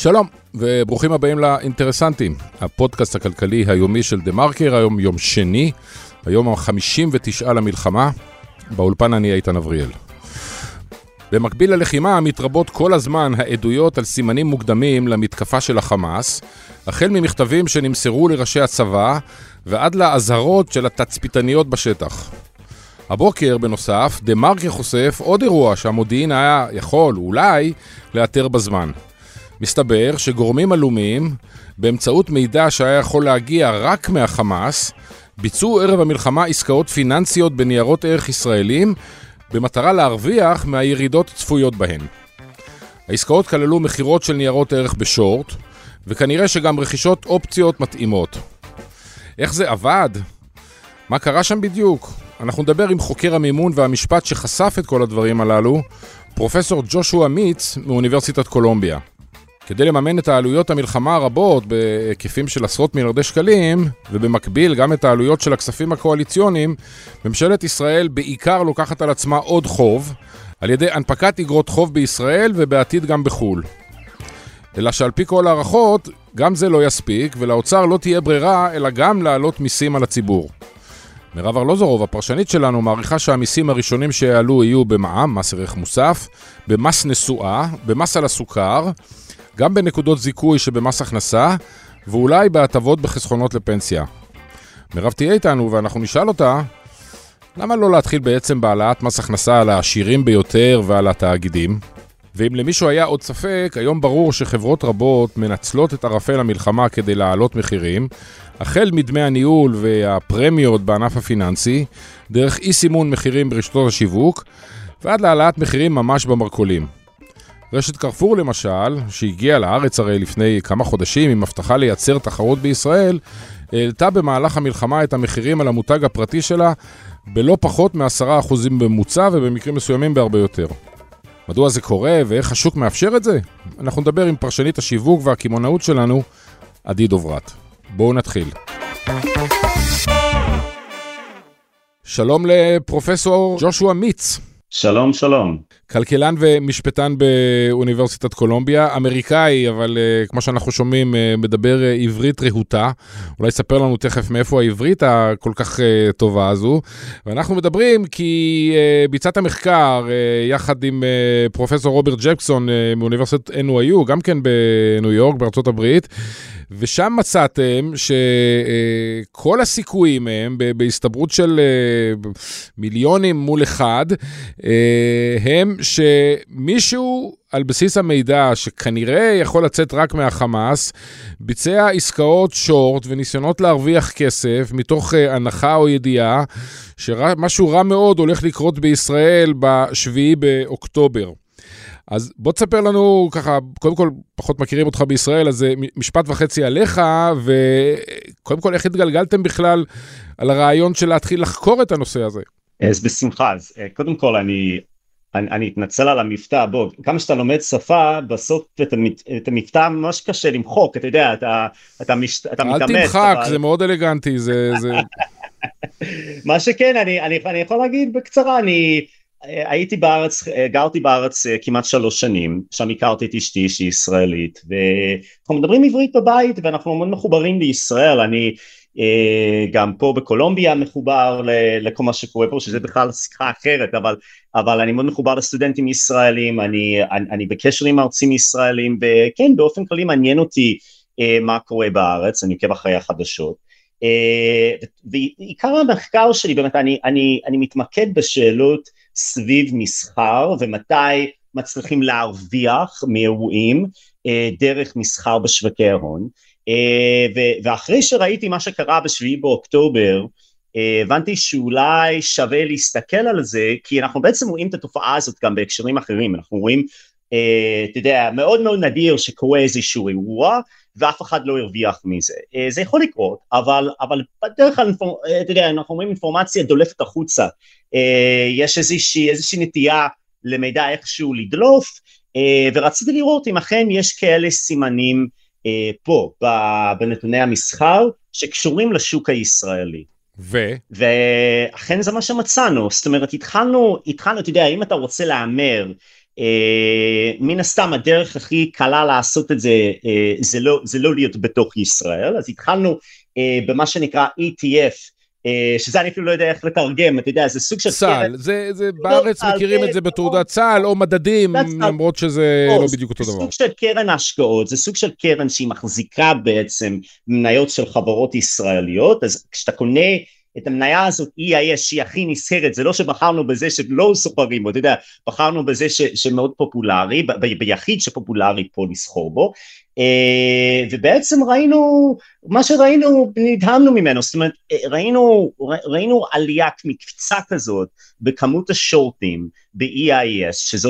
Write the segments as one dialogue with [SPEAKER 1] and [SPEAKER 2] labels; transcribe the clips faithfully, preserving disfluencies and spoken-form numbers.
[SPEAKER 1] שלום, וברוכים הבאים לאינטרסנטים, הפודקאסט הכלכלי היומי של דה מרקר, היום יום שני, היום ה-חמישים ותשעה למלחמה, באולפן אני איתן אבריאל. במקביל ללחימה מתרבות כל הזמן העדויות על סימנים מוקדמים למתקפה של החמאס, החל ממכתבים שנמסרו לראשי הצבא, ועד להזהרות של התצפיתניות בשטח. הבוקר בנוסף, דה מרקר חושף עוד אירוע שהמודיעין היה יכול, אולי, לאתר בזמן. מסתבר שגורמים עלומים, באמצעות מידע שהיה יכול להגיע רק מהחמאס, ביצעו ערב המלחמה עסקאות פיננסיות בניירות ערך ישראלים, במטרה להרוויח מהירידות צפויות בהן. העסקאות כללו מחירות של ניירות ערך בשורט, וכנראה שגם רכישות אופציות מתאימות. איך זה עבד? מה קרה שם בדיוק? אנחנו נדבר עם חוקר המימון והמשפט שחשף את כל הדברים הללו, פרופסור ג'ושוע מיץ מאוניברסיטת קולומביה. כדי לממן את העלויות המלחמה הרבות בהיקפים של עשרות מיליארדי שקלים, ובמקביל גם את העלויות של הכספים הקואליציוניים, ממשלת ישראל בעיקר לוקחת על עצמה עוד חוב, על ידי הנפקת אגרות חוב בישראל ובעתיד גם בחול. אלא שעל פי כל הערכות, גם זה לא יספיק, ולאוצר לא תהיה ברירה, אלא גם להעלות מיסים על הציבור. מירב ארלוזורוב, הפרשנית שלנו, מעריכה שהמיסים הראשונים שיעלו יהיו במע"מ, מס ערך מוסף, במס נסועה, במס על הסוכר, גם בנקודות זיכוי שבמס הכנסה, ואולי בהטבות בחסכונות לפנסיה. מירב תהיה איתנו ואנחנו נשאל אותה, למה לא להתחיל בעצם בהעלאת מס הכנסה על העשירים ביותר ועל התאגידים? ואם למישהו היה עוד ספק, היום ברור שחברות רבות מנצלות את ערפל המלחמה כדי להעלות מחירים, החל מדמי הניהול והפרמיות בענף הפיננסי, דרך אי סימון מחירים ברשתות השיווק, ועד להעלאת מחירים ממש במרכולים. רשת קרפור למשל, שהגיעה לארץ הרי לפני כמה חודשים עם הבטחה לייצר תחרות בישראל, העלתה במהלך המלחמה את המחירים על המותג הפרטי שלה בלא פחות מעשרה אחוזים בממוצע ובמקרים מסוימים בהרבה יותר. מדוע זה קורה ואיך השוק מאפשר את זה? אנחנו נדבר עם פרשנית השיווק והקימונאות שלנו, עדי דוברת. בואו נתחיל. שלום לפרופסור ג'ושוע מיץ.
[SPEAKER 2] שלום, שלום.
[SPEAKER 1] כלכלן ומשפטן באוניברסיטת קולומביה, אמריקאי, אבל uh, כמו שאנחנו שומעים, uh, מדבר uh, עברית רהוטה. אולי ספר לנו תכף מאיפה העברית הכל כך uh, טובה הזו. ואנחנו מדברים כי uh, ביצעת המחקר uh, יחד עם uh, פרופסור רוברט ג'קסון uh, מאוניברסיטת אן וואי יו, גם כן בניו יורק, בארצות הברית, ושם מצאתם שכל הסיכויים הם, בהסתברות של מיליונים מול אחד, הם שמישהו על בסיס המידע שכנראה יכול לצאת רק מהחמאס, ביצע עסקאות שורט וניסיונות להרוויח כסף מתוך הנחה או ידיעה שמשהו רע מאוד הולך לקרות בישראל בשביעי באוקטובר. אז בוא תספר לנו ככה, קודם כל פחות מכירים אותך בישראל, אז משפט וחצי עליך, וקודם כל איך התגלגלתם בכלל על הרעיון של להתחיל לחקור את הנושא הזה?
[SPEAKER 2] אז בשמחה, אז קודם כל אני, אני, אני אתנצל על המבטא, בוא, כמה שאתה לומד שפה, בסוף את, את המבטא ממש קשה למחוק, אתה יודע, אתה, אתה, מש, אתה מתאמץ.
[SPEAKER 1] אל תמחק, אבל... זה מאוד אלגנטי, זה... זה...
[SPEAKER 2] מה שכן, אני, אני, אני יכול להגיד בקצרה, אני... הייתי בארץ, גרתי בארץ כמעט שלוש שנים, שם הכרתי את אשתי שהיא ישראלית, ואנחנו מדברים עברית בבית, ואנחנו מאוד מחוברים לישראל, אני גם פה בקולומביה מחובר לכל מה שקורה פה, שזה בכלל שיחה אחרת, אבל, אבל אני מאוד מחובר לסטודנטים ישראלים, אני, אני, אני בקשר עם מרצים ישראלים, וכן, באופן כללי מעניין אותי מה קורה בארץ, אני עוקב אחרי החדשות, ועיקר המחקר שלי, באמת, אני, אני, אני מתמקד בשאלות, סביב מסחר ומתי מצליחים להרוויח מאירועים אה, דרך מסחר בשווקי ההון, אה, ו- ואחרי שראיתי מה שקרה בשביעי באוקטובר, אה, הבנתי שאולי שווה להסתכל על זה, כי אנחנו בעצם רואים את התופעה הזאת גם בהקשרים אחרים, אנחנו רואים, אה, אתה יודע, מאוד מאוד נדיר שקורה איזשהו אירוע, ואף אחד לא הרוויח מזה. אה, זה יכול לקרות, אבל, אבל בדרך כלל, אה, אתה יודע, אנחנו רואים אינפורמציה דולפת החוצה, יש איזושהי, איזושהי נטייה למידע איכשהו לדלוף, ורציתי לראות אם אכן יש כאלה סימנים פה, בנתוני המסחר, שקשורים לשוק הישראלי.
[SPEAKER 1] ו?
[SPEAKER 2] ואכן זה מה שמצאנו, זאת אומרת, התחלנו, התחלנו, אתה יודע, אם אתה רוצה לאמר, מן הסתם הדרך הכי קלה לעשות את זה, זה לא, זה לא להיות בתוך ישראל, אז התחלנו במה שנקרא E T F, שזה אני אפילו לא יודע איך לתרגם, אתה יודע, זה סוג של
[SPEAKER 1] צהל, זה, זה בארץ מכירים את זה בתעודת צהל, או מדדים, למרות שזה לא בדיוק אותו דבר.
[SPEAKER 2] זה סוג של קרן השקעות, זה סוג של קרן שהיא מחזיקה בעצם מניות של חברות ישראליות, אז כשאתה קונה את המניה הזאת, E I S שהיא הכי נסחרת, זה לא שבחרנו בזה שלא סוחרים, אתה יודע, בחרנו בזה ש, שמאוד פופולרי, ב, ב, ביחיד שפופולרי פה לסחור בו, ובעצם ראינו, מה שראינו, נדהמנו ממנו, זאת אומרת, ראינו, ראינו עלייה מקפיצה כזאת, בכמות השורטים, ב-E I S, שזאת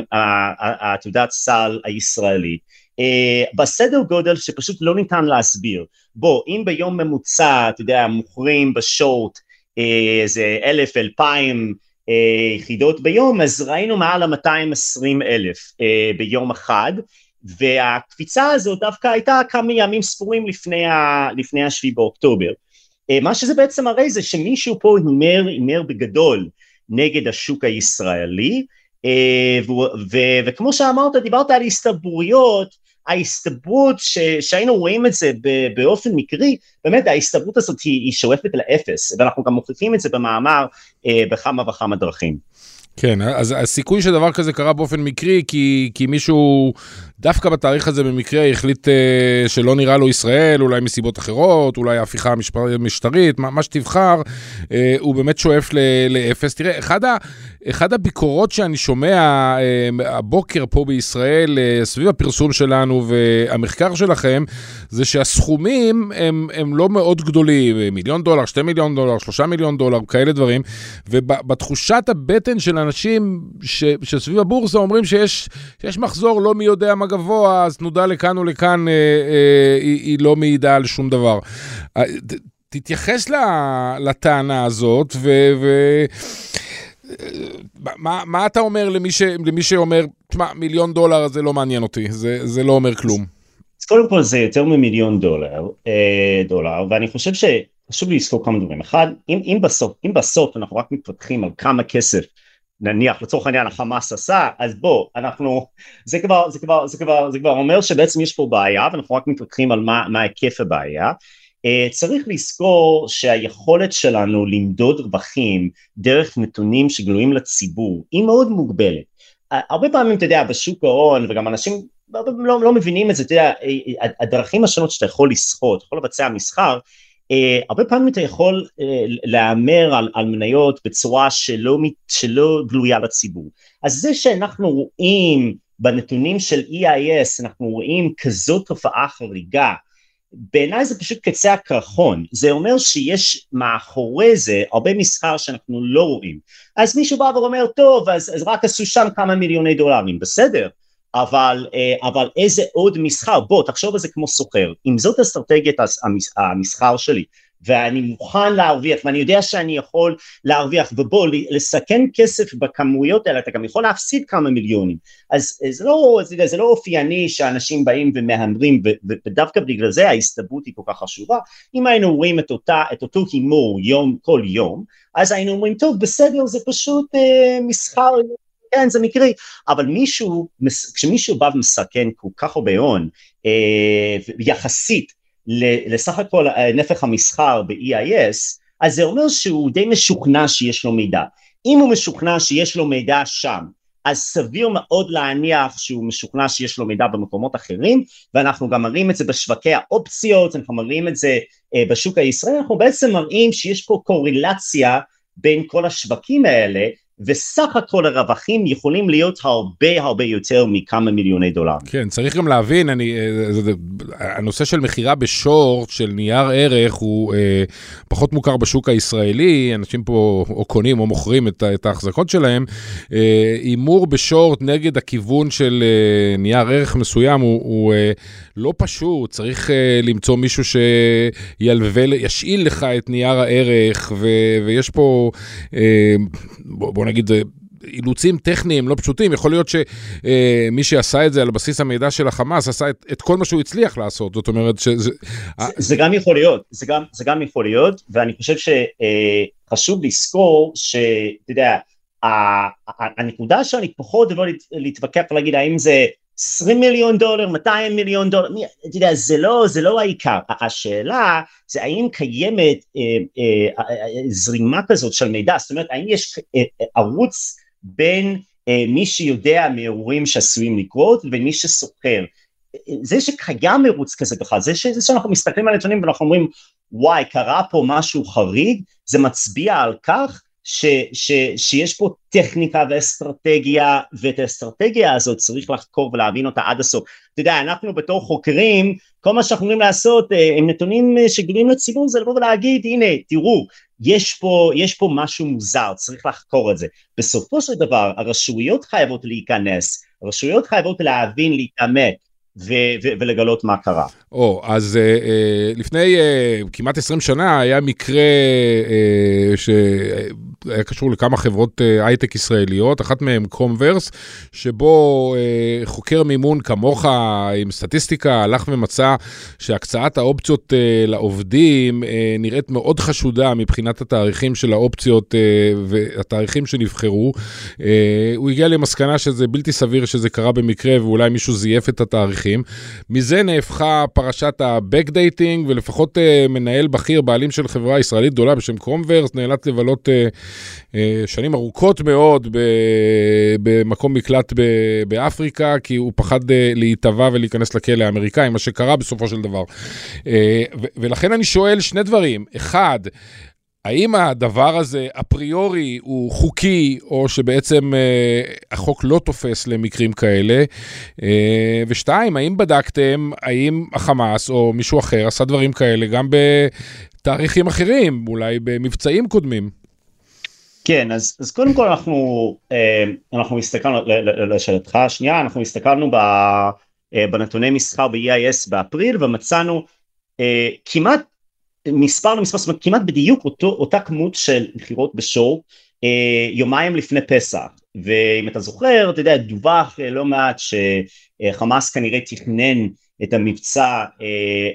[SPEAKER 2] התעודת סל הישראלית, בסדר גודל שפשוט לא ניתן להסביר. בוא, אם ביום ממוצע, אתה יודע, מוכרים בשורט, איזה אלף, אלפיים יחידות ביום, אז ראינו מעל ה-מאתיים ועשרים אלף ביום אחד, והקפיצה הזאת דווקא הייתה כמה ימים ספורים לפני, ה, לפני השביעי באוקטובר. מה שזה בעצם הרי זה שמישהו פה הימר, הימר בגדול נגד השוק הישראלי, ו, ו, וכמו שאמרת, דיברת על הסתברויות, ההסתברות ש, שהיינו רואים את זה באופן מקרי, באמת ההסתברות הזאת היא, היא שואפת לאפס, ואנחנו גם מוכיחים את זה במאמר בכמה וכמה דרכים.
[SPEAKER 1] כן, אז הסיכוי שדבר כזה קרה באופן מקרי, כי, כי מישהו דווקא בתאריך הזה במקרה החליט uh, שלא נראה לו ישראל, אולי מסיבות אחרות, אולי ההפיכה המשטרית, מה, מה שתבחר, uh, הוא באמת שואף ל- לאפס. תראה, אחד, ה, אחד הביקורות שאני שומע uh, הבוקר פה בישראל, uh, סביב הפרסום שלנו והמחקר שלכם, זה שהסכומים הם, הם לא מאוד גדולים, מיליון דולר, שתי מיליון דולר, שלושה מיליון דולר, כאלה דברים, ובתחושת הבטן של אנשים ש, שסביב הבורסה אומרים שיש, שיש מחזור לא מי יודע מה גבוה, אז תנודה לכאן ולכאן, אה, אה, היא, היא לא מעידה על שום דבר. אה, ת, תתייחס לטענה הזאת, ו... ו מה, מה אתה אומר למי, ש, למי שאומר, תשמע, מיליון דולר זה לא מעניין אותי, זה, זה לא אומר כלום.
[SPEAKER 2] אז קודם כל זה יותר ממיליון דולר, אה, דולר, ואני חושב שחשוב לזכור כמה דברים. אחד, אם, אם בסוף, אם בסוף אנחנו רק מתפתחים על כמה כסף, נניח לצורך העניין החמאס עשה, אז בוא, אנחנו, זה כבר, זה כבר, זה כבר, זה כבר אומר שבעצם יש פה בעיה, ואנחנו רק מתווכחים על מה, מה היקף הבעיה. Uh, צריך לזכור שהיכולת שלנו למדוד רווחים דרך נתונים שגלויים לציבור, היא מאוד מוגבלת. Uh, הרבה פעמים, אתה יודע, בשוק ההון, וגם אנשים לא, לא מבינים את זה, אתה יודע, הדרכים השונות שאתה יכול לסחוט, יכול לבצע מסחר, Uh, הרבה פעמים אתה יכול uh, לאמר על, על מניות בצורה שלא, שלא גלויה לציבור. אז זה שאנחנו רואים בנתונים של E I S, אנחנו רואים כזאת תופעה חריגה, בעיניי זה פשוט קצה הקרחון, זה אומר שיש מאחורי זה הרבה מסחר שאנחנו לא רואים. אז מישהו בא ואומר, טוב, אז, אז רק עשו שם כמה מיליוני דולרים, בסדר. אבל, אבל איזה עוד מסחר, בוא תחשוב על זה כמו סוחר, אם זאת אסטרטגיית המסחר שלי, ואני מוכן להרוויח, ואני יודע שאני יכול להרוויח, ובוא לסכן כסף בכמויות האלה, אתה גם יכול להפסיד כמה מיליונים, אז זה לא, זה, זה לא אופייני שאנשים באים ומהמרים, ודווקא בגלל זה ההסתברות היא כל כך חשובה. אם היינו רואים את, אותה, את אותו הימור יום, כל יום, אז היינו אומרים, טוב, בסדר, זה פשוט אה, מסחר, כן, זה מקרי, אבל מישהו, כשמישהו בא ומסכן כל כך הרבה הון, אה, יחסית לסך הכל נפח המסחר ב-E I S, אז זה אומר שהוא די משוכנע שיש לו מידע. אם הוא משוכנע שיש לו מידע שם, אז סביר מאוד להניח שהוא משוכנע שיש לו מידע במקומות אחרים, ואנחנו גם מראים את זה בשווקי האופציות, אנחנו מראים את זה אה, בשוק הישראלי, אנחנו בעצם מראים שיש פה קורלציה בין כל השווקים האלה, וסך הכל הרווחים יכולים להיות הרבה הרבה יותר מכמה מיליוני דולר.
[SPEAKER 1] כן, צריך גם להבין, אני, הנושא של מחירה בשורט, של נייר ערך, הוא אה, פחות מוכר בשוק הישראלי, אנשים פה או קונים או מוכרים את, את ההחזקות שלהם, אה, אימור בשורט נגד הכיוון של אה, נייר ערך מסוים, הוא, הוא אה, לא פשוט, צריך אה, למצוא מישהו שילווה, ישאיל לך את נייר הערך, ו, ויש פה, אה, בוא, בוא נגיד, אילוצים טכניים לא פשוטים, יכול להיות שמי שעשה את זה על בסיס המידע של החמאס, עשה את, את כל מה שהוא הצליח לעשות, זאת אומרת שזה...
[SPEAKER 2] זה, זה גם יכול להיות, זה גם, זה גם יכול להיות, ואני חושב שחשוב לזכור שאתה יודע, הנקודה שאני פחות יכול להתווכח ולהגיד האם זה עשרים מיליון דולר, מאתיים מיליון דולר, אתה יודע, זה לא, זה לא העיקר. השאלה זה האם קיימת אה, אה, זרימה כזאת של מידע, זאת אומרת, האם יש אה, ערוץ בין אה, מי שיודע מאירועים שעשויים לקרות ובין מי שסוחר. זה שקיים ערוץ כזה בכלל, זה, ש, זה שאנחנו מסתכלים על נתונים ואנחנו אומרים, וואי, קרה פה משהו חריג, זה מצביע על כך, ש, ש, שיש פה טכניקה ואסטרטגיה, ואת האסטרטגיה הזאת צריך לחקור ולהבין אותה עד הסוף. אתה יודע, אנחנו בתור חוקרים, כל מה שאנחנו יכולים לעשות, הם נתונים שגלויים לציבור, זה לבוא ולהגיד, הנה, תראו, יש פה, יש פה משהו מוזר, צריך לחקור את זה. בסופו של דבר, הרשויות חייבות להיכנס, הרשויות חייבות להבין, להתעמק, ו- ו- ולגלות מה קרה.
[SPEAKER 1] או, אז uh, uh, לפני uh, כמעט עשרים שנה היה מקרה uh, שהיה קשור לכמה חברות uh, הייטק ישראליות, אחת מהן קומברס, שבו uh, חוקר מימון כמוך עם סטטיסטיקה הלך ומצא שהקצאת האופציות uh, לעובדים uh, נראית מאוד חשודה מבחינת התאריכים של האופציות uh, והתאריכים שנבחרו. Uh, הוא הגיע למסקנה שזה בלתי סביר שזה קרה במקרה ואולי מישהו זייף את התאריכים. מזה נהפכה פרשת ה-backdating, ולפחות uh, מנהל בכיר, בעלים של חברה ישראלית גדולה בשם קומברס, נאלץ לבלות uh, uh, שנים ארוכות מאוד במקום מקלט ב- באפריקה, כי הוא פחד uh, להתאבע ולהיכנס לכלא האמריקאי, מה שקרה בסופו של דבר. Uh, ו- ולכן אני שואל שני דברים. אחד, האם הדבר הזה אפריורי הוא חוקי, או שבעצם אה, החוק לא תופס למקרים כאלה? אה, ושתיים, האם בדקתם, האם החמאס או מישהו אחר עשה דברים כאלה גם בתאריכים אחרים, אולי במבצעים קודמים?
[SPEAKER 2] כן, אז, אז קודם כל אנחנו, אה, אנחנו הסתכלנו, לשאלתך השנייה, אנחנו הסתכלנו ב, אה, בנתוני מסחר ב-E I S באפריל, ומצאנו אה, כמעט, מספר למספר, זאת אומרת, כמעט בדיוק אותו, אותה כמות של מחירות בשורט, אה, יומיים לפני פסח, ואם אתה זוכר, אתה יודע, דווח אה, לא מעט שחמאס כנראה תכנן את המבצע אה,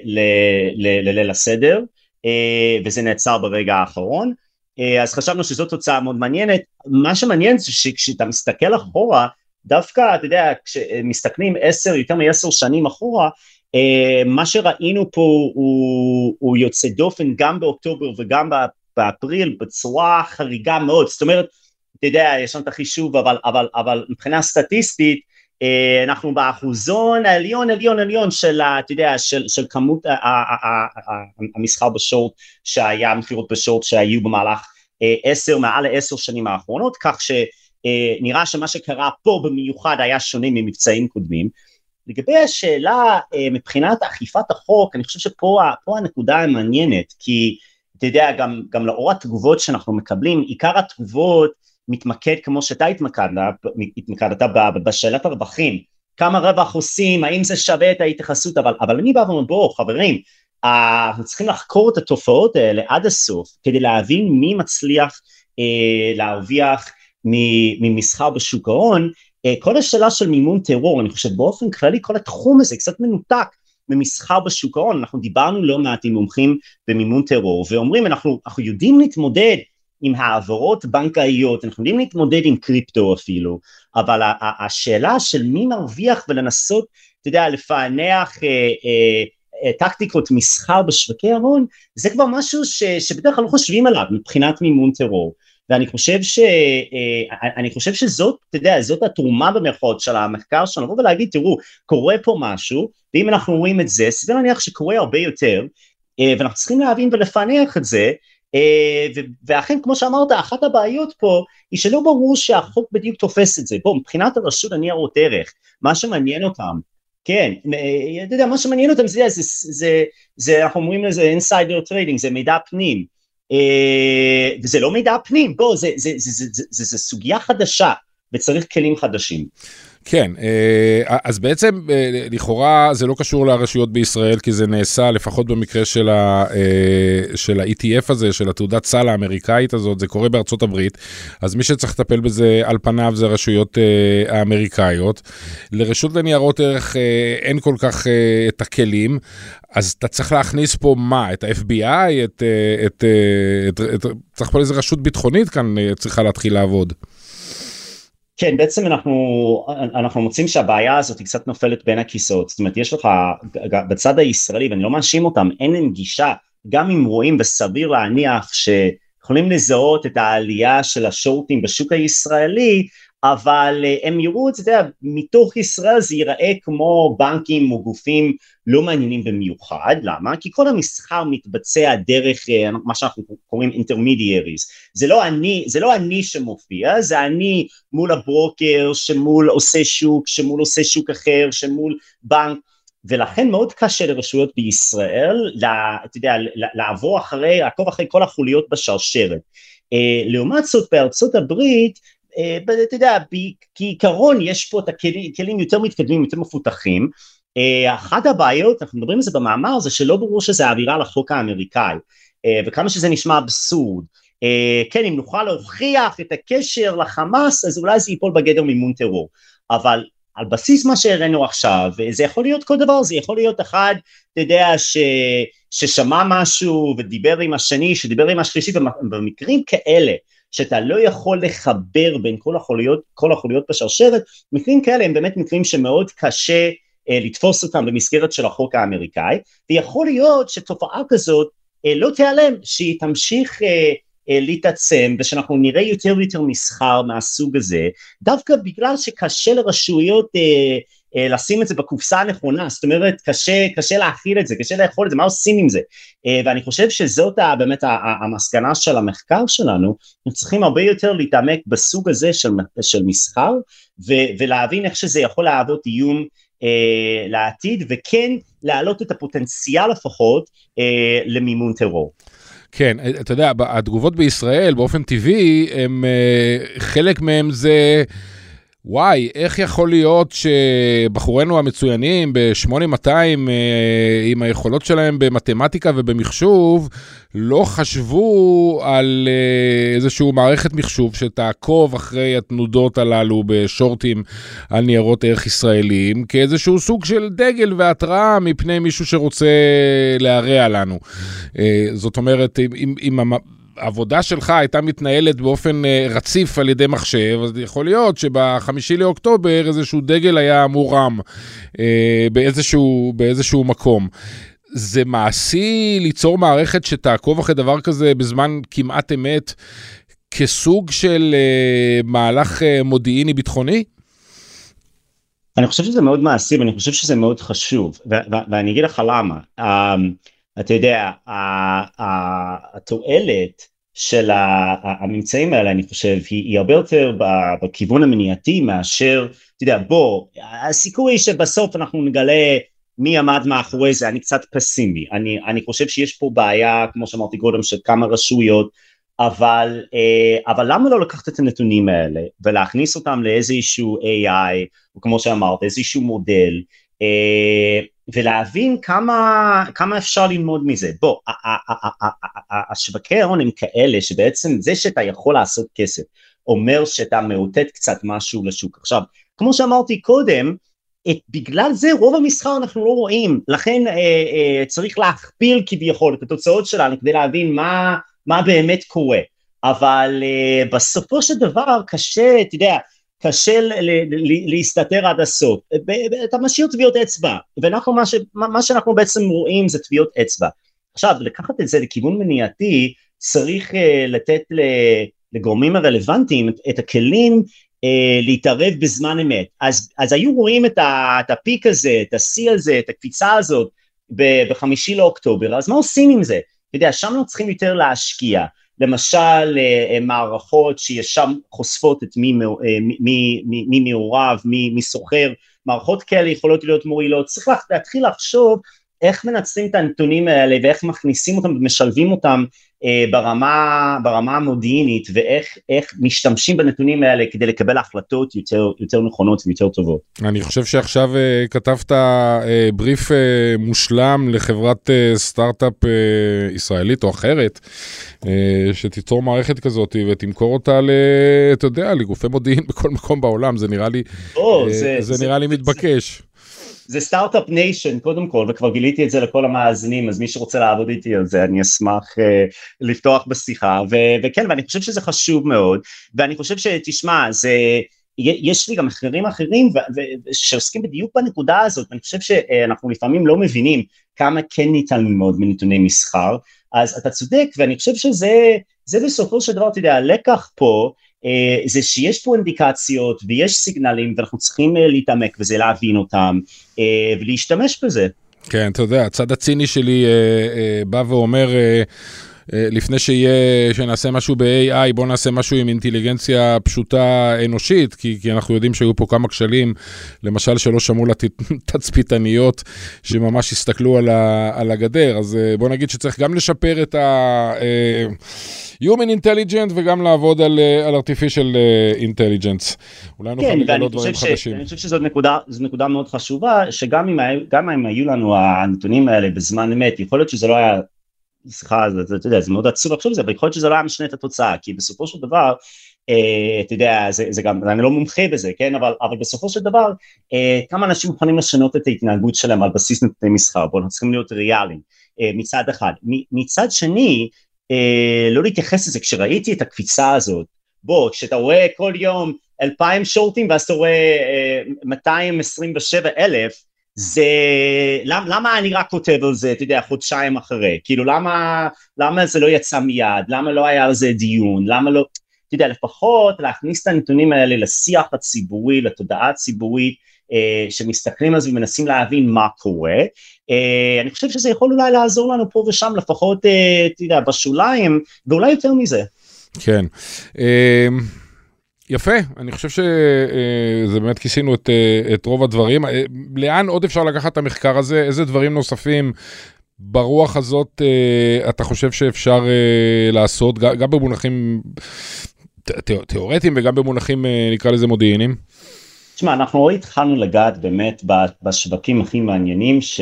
[SPEAKER 2] לליל הסדר, אה, וזה נעצר ברגע האחרון, אה, אז חשבנו שזאת תוצאה מאוד מעניינת. מה שמעניין זה שכשאתה מסתכל אחורה, דווקא, אתה יודע, כשמסתכלים עשר, יותר מעשר שנים אחורה, Uh, מה שראינו פה הוא, הוא יוצא דופן גם באוקטובר וגם באפריל בצורה חריגה מאוד. זאת אומרת, אתה יודע, יש לנו את החישוב, אבל, אבל, אבל מבחינה סטטיסטית, uh, אנחנו באחוזון העליון, עליון, עליון של, אתה יודע, של, של כמות ה- ה- ה- ה- המסחר בשורט שהיה, מחירות בשורט שהיו במהלך uh, עשר, מעל לעשר שנים האחרונות, כך שנראה uh, שמה שקרה פה במיוחד היה שונה ממבצעים קודמים. לגבי השאלה מבחינת אכיפת החוק, אני חושב שפה פה הנקודה המעניינת, כי אתה יודע, גם, גם לאור התגובות שאנחנו מקבלים, עיקר התגובות מתמקד כמו שאתה התמקדת, התמקדת בשאלת הרווחים, כמה רווח עושים, האם זה שווה את ההתייחסות, אבל, אבל אני בא ואומר, בואו חברים, אנחנו צריכים לחקור את התופעות האלה עד הסוף, כדי להבין מי מצליח אה, להרוויח ממסחר בשוק ההון. כל השאלה של מימון טרור, אני חושב באופן כללי, כל התחום הזה קצת מנותק ממסחר בשוק ההון. אנחנו דיברנו לא מעט עם מומחים במימון טרור, ואומרים, אנחנו, אנחנו יודעים להתמודד עם העברות בנקאיות, אנחנו יודעים להתמודד עם קריפטו אפילו, אבל השאלה של מי מרוויח ולנסות, אתה יודע, לפענח אה, אה, טקטיקות מסחר בשווקי ההון, זה כבר משהו ש, שבדרך כלל לא חושבים עליו מבחינת מימון טרור. ואני חושב ש, אני חושב שזאת, אתה יודע, זאת התרומה במרכאות של המחקר שלנו, לבוא ולהגיד, תראו, קורה פה משהו, ואם אנחנו רואים את זה, סביר להניח שקורה הרבה יותר, ואנחנו צריכים להבין ולפענח את זה, ואכן, כמו שאמרת, אחת הבעיות פה, היא שלא ברור שהחוק בדיוק תופס את זה. בוא, מבחינת הרשות הניירות ערך, מה שמעניין אותם, כן, אתה יודע, מה שמעניין אותם זה, זה, זה, זה, אנחנו אומרים לזה insider trading, זה מידע פנים, Uh, וזה לא מידע פנים, בוא, זה, זה, זה, זה, זה, זה, זה סוגיה חדשה, וצריך כלים חדשים.
[SPEAKER 1] כן, אז בעצם לכאורה זה לא קשור לרשויות בישראל, כי זה נעשה לפחות במקרה של ה-E T F הזה, של התעודת סל האמריקאית הזאת, זה קורה בארצות הברית, אז מי שצריך לטפל בזה על פניו זה הרשויות האמריקאיות. לרשות לניירות ערך אין כל כך את הכלים, אז אתה צריך להכניס פה מה? את ה-F B I, את, את, את, את, צריך פה איזו רשות ביטחונית כאן צריכה להתחיל לעבוד.
[SPEAKER 2] כן, בעצם אנחנו, אנחנו מוצאים שהבעיה הזאת היא קצת נופלת בין הכיסאות, זאת אומרת, יש לך, בצד הישראלי, ואני לא מאשים אותם, אין להם גישה, גם אם רואים וסביר להניח שיכולים לזהות את העלייה של השורטים בשוק הישראלי, אבל הם יראו את זה, מתוך ישראל זה ייראה כמו בנקים או גופים לא מעניינים במיוחד, למה? כי כל המסחר מתבצע דרך מה שאנחנו קוראים intermediaries, זה לא אני, זה לא אני שמופיע, זה אני מול הברוקר, שמול עושה שוק, שמול עושה שוק אחר, שמול בנק, ולכן מאוד קשה לרשויות בישראל, אתה יודע, לעבור אחרי, לעקוב אחרי כל החוליות בשרשרת. לעומת זאת בארצות הברית, אתה יודע, כעיקרון יש פה את הכלים יותר מתקדמים, יותר מפותחים, אחת הבעיות, אנחנו מדברים על זה במאמר, זה שלא ברור שזה האווירה לחוק האמריקאי, וכמה שזה נשמע אבסורד, כן, אם נוכל להוכיח את הקשר לחמאס, אז אולי זה ייפול בגדר מימון טרור, אבל על בסיס מה שהראינו עכשיו, זה יכול להיות כל דבר, זה יכול להיות אחד, אתה יודע, ש, ששמע משהו ודיבר עם השני, שדיבר עם השלישי, ובמקרים כאלה, שאתה לא יכול לחבר בין כל החוליות, כל החוליות בשרשרת, מקרים כאלה הם באמת מקרים שמאוד קשה אה, לתפוס אותם במסגרת של החוק האמריקאי, ויכול להיות שתופעה כזאת אה, לא תיעלם, שהיא תמשיך אה, אה, להתעצם, ושאנחנו נראה יותר ויותר מסחר מהסוג הזה, דווקא בגלל שקשה לרשויות אה, אה, לשים את זה בקופסה הנכונה, זאת אומרת, קשה, קשה להכיל את זה, קשה לאכול את זה, מה עושים עם זה? אה, ואני חושב שזאת ה, באמת ה, ה, המסקנה של המחקר שלנו, אנחנו צריכים הרבה יותר להתעמק בסוג הזה של, של מסחר, ו, ולהבין איך שזה יכול להוות איום אה, לעתיד, וכן להעלות את הפוטנציאל לפחות אה, למימון טרור.
[SPEAKER 1] כן, אתה יודע, התגובות בישראל באופן טבעי, הם, חלק מהם זה, וואי, איך יכול להיות שבחורינו המצוינים ב-שמונה מאתיים, עם היכולות שלהם במתמטיקה ובמחשוב, לא חשבו על איזשהו מערכת מחשוב שתעקוב אחרי התנודות הללו בשורטים על ניירות ערך ישראלים, כאיזשהו סוג של דגל והתראה מפני מישהו שרוצה להרע לנו. זאת אומרת, אם, אם העבודה שלך הייתה מתנהלת באופן רציף על ידי מחשב, אז יכול להיות שבחמישי לאוקטובר איזשהו דגל היה מורם באיזשהו, באיזשהו מקום. זה מעשי ליצור מערכת שתעקוב אחרי דבר כזה בזמן כמעט אמת, כסוג של מהלך מודיעיני ביטחוני?
[SPEAKER 2] אני חושב שזה מאוד מעשי, ואני חושב שזה מאוד חשוב, ואני אגיד לך למה. אתה יודע, התועלת של הממצאים האלה, אני חושב, היא הרבה יותר בכיוון המניעתי מאשר, אתה יודע, בוא, הסיכוי שבסוף אנחנו נגלה מי עמד מאחורי זה, אני קצת פסימי, אני, אני חושב שיש פה בעיה, כמו שאמרתי קודם, של כמה רשויות, אבל, אבל למה לא לקחת את הנתונים האלה, ולהכניס אותם לאיזשהו איי איי, או כמו שאמרת, איזשהו מודל, ולהבין כמה, כמה אפשר ללמוד מזה. בוא, השווקי ההון הם כאלה, שבעצם זה שאתה יכול לעשות כסף, אומר שאתה מאותת קצת משהו לשוק. עכשיו, כמו שאמרתי קודם, את, בגלל זה רוב המסחר אנחנו לא רואים, לכן אה, אה, צריך להכפיל כביכול את התוצאות שלנו, כדי להבין מה, מה באמת קורה, אבל אה, בסופו של דבר קשה, אתה יודע, קשה ל- ל- להסתתר עד הסוף, אתה משאיר טביעות אצבע, ואנחנו מה, ש, מה שאנחנו בעצם רואים זה טביעות אצבע. עכשיו, לקחת את זה לכיוון מניעתי, צריך uh, לתת לגורמים הרלוונטיים את, את הכלים uh, להתערב בזמן אמת. אז, אז היו רואים את, ה, את הפיק הזה, את השיא הזה, את הקפיצה הזאת, ב- בחמישי לאוקטובר, אז מה עושים עם זה? אתה יודע, שם אנחנו צריכים יותר להשקיע, למשל מערכות שישם חושפות את מי, מי, מי, מי מעורב, מי, מי סוחר, מערכות כאלה יכולות להיות מועילות, צריך להתחיל לחשוב איך מנצלים את הנתונים האלה ואיך מכניסים אותם ומשלבים אותם אה, ברמה, ברמה המודיעינית ואיך איך משתמשים בנתונים האלה כדי לקבל החלטות יותר, יותר נכונות ויותר טובות.
[SPEAKER 1] אני חושב שעכשיו אה, כתבת אה, בריף אה, מושלם לחברת אה, סטארט-אפ אה, ישראלית או אחרת, אה, שתיצור מערכת כזאת ותמכור אותה ל, אתה יודע, לגופי מודיעין בכל מקום בעולם, זה נראה לי,
[SPEAKER 2] או,
[SPEAKER 1] אה,
[SPEAKER 2] זה,
[SPEAKER 1] זה,
[SPEAKER 2] זה
[SPEAKER 1] נראה לי
[SPEAKER 2] זה,
[SPEAKER 1] מתבקש.
[SPEAKER 2] זה, זה סטארט-אפ ניישן קודם כל, וכבר גיליתי את זה לכל המאזינים, אז מי שרוצה לעבוד איתי על זה, אני אשמח uh, לפתוח בשיחה, ו- וכן, ואני חושב שזה חשוב מאוד, ואני חושב שתשמע, זה, יש לי גם מחקרים אחרים שעוסקים בדיוק בנקודה הזאת, ואני חושב שאנחנו לפעמים לא מבינים כמה כן ניתן ללמוד מנתוני מסחר, אז אתה צודק, ואני חושב שזה בסופו של דבר, אתה יודע, הלקח פה, זה שיש פה אינדיקציות ויש סיגנלים, ואנחנו צריכים להתעמק בזה, להבין אותם, ולהשתמש בזה.
[SPEAKER 1] כן, אתה יודע, הצד הציני שלי בא ואומר, לפני שיהיה, שנעשה משהו ב-איי איי, בוא נעשה משהו עם אינטליגנציה פשוטה אנושית, כי, כי אנחנו יודעים שהיו פה כמה כשלים, למשל שלא שמעו לתצפיתניות, שממש הסתכלו על, ה, על הגדר, אז בוא נגיד שצריך גם לשפר את ה... Human Intelligence וגם לעבוד על, על Artificial Intelligence. אולי נוכל לגלות דברים חדשים.
[SPEAKER 2] אני חושב שזאת נקודה, זו נקודה מאוד חשובה, שגם אם, גם אם היו לנו הנתונים האלה בזמן אמת, יכול להיות שזה לא היה, סליחה, זה, אתה יודע, זה מאוד עצוב לחשוב על זה, אבל יכול להיות שזה לא היה משנה את התוצאה, כי בסופו של דבר, אה, אתה יודע, זה, זה גם, אני לא מומחה בזה, כן, אבל, אבל בסופו של דבר, אה, כמה אנשים מוכנים לשנות את ההתנהגות שלהם על בסיס נתוני מסחר, בואו, אנחנו צריכים להיות ריאליים, אה, מצד אחד. מצד שני, אה, לא להתייחס לזה, כשראיתי את הקפיצה הזאת, בוא, כשאתה רואה כל יום אלפיים שורטים, ואז אתה רואה אה, מאתיים עשרים ושבע אלף, זה, למה, למה אני רק כותב על זה, אתה יודע, חודשיים אחרי, כאילו למה, למה זה לא יצא מיד, למה לא היה על זה דיון, למה לא, אתה יודע, לפחות להכניס את הנתונים האלה לשיח הציבורי, לתודעה הציבורית, אה, שמסתכלים על זה ומנסים להבין מה קורה, אה, אני חושב שזה יכול אולי לעזור לנו פה ושם, לפחות, אה, אתה יודע, בשוליים, ואולי יותר מזה.
[SPEAKER 1] כן, אה... יפה, אני חושב שזה באמת כיסינו את, את רוב הדברים. לאן עוד אפשר לקחת את המחקר הזה? איזה דברים נוספים ברוח הזאת אתה חושב שאפשר לעשות, גם במונחים תיאורטיים וגם במונחים, נקרא לזה, מודיעיניים?
[SPEAKER 2] תשמע, אנחנו לא התחלנו לגעת באמת בשווקים הכי מעניינים ש...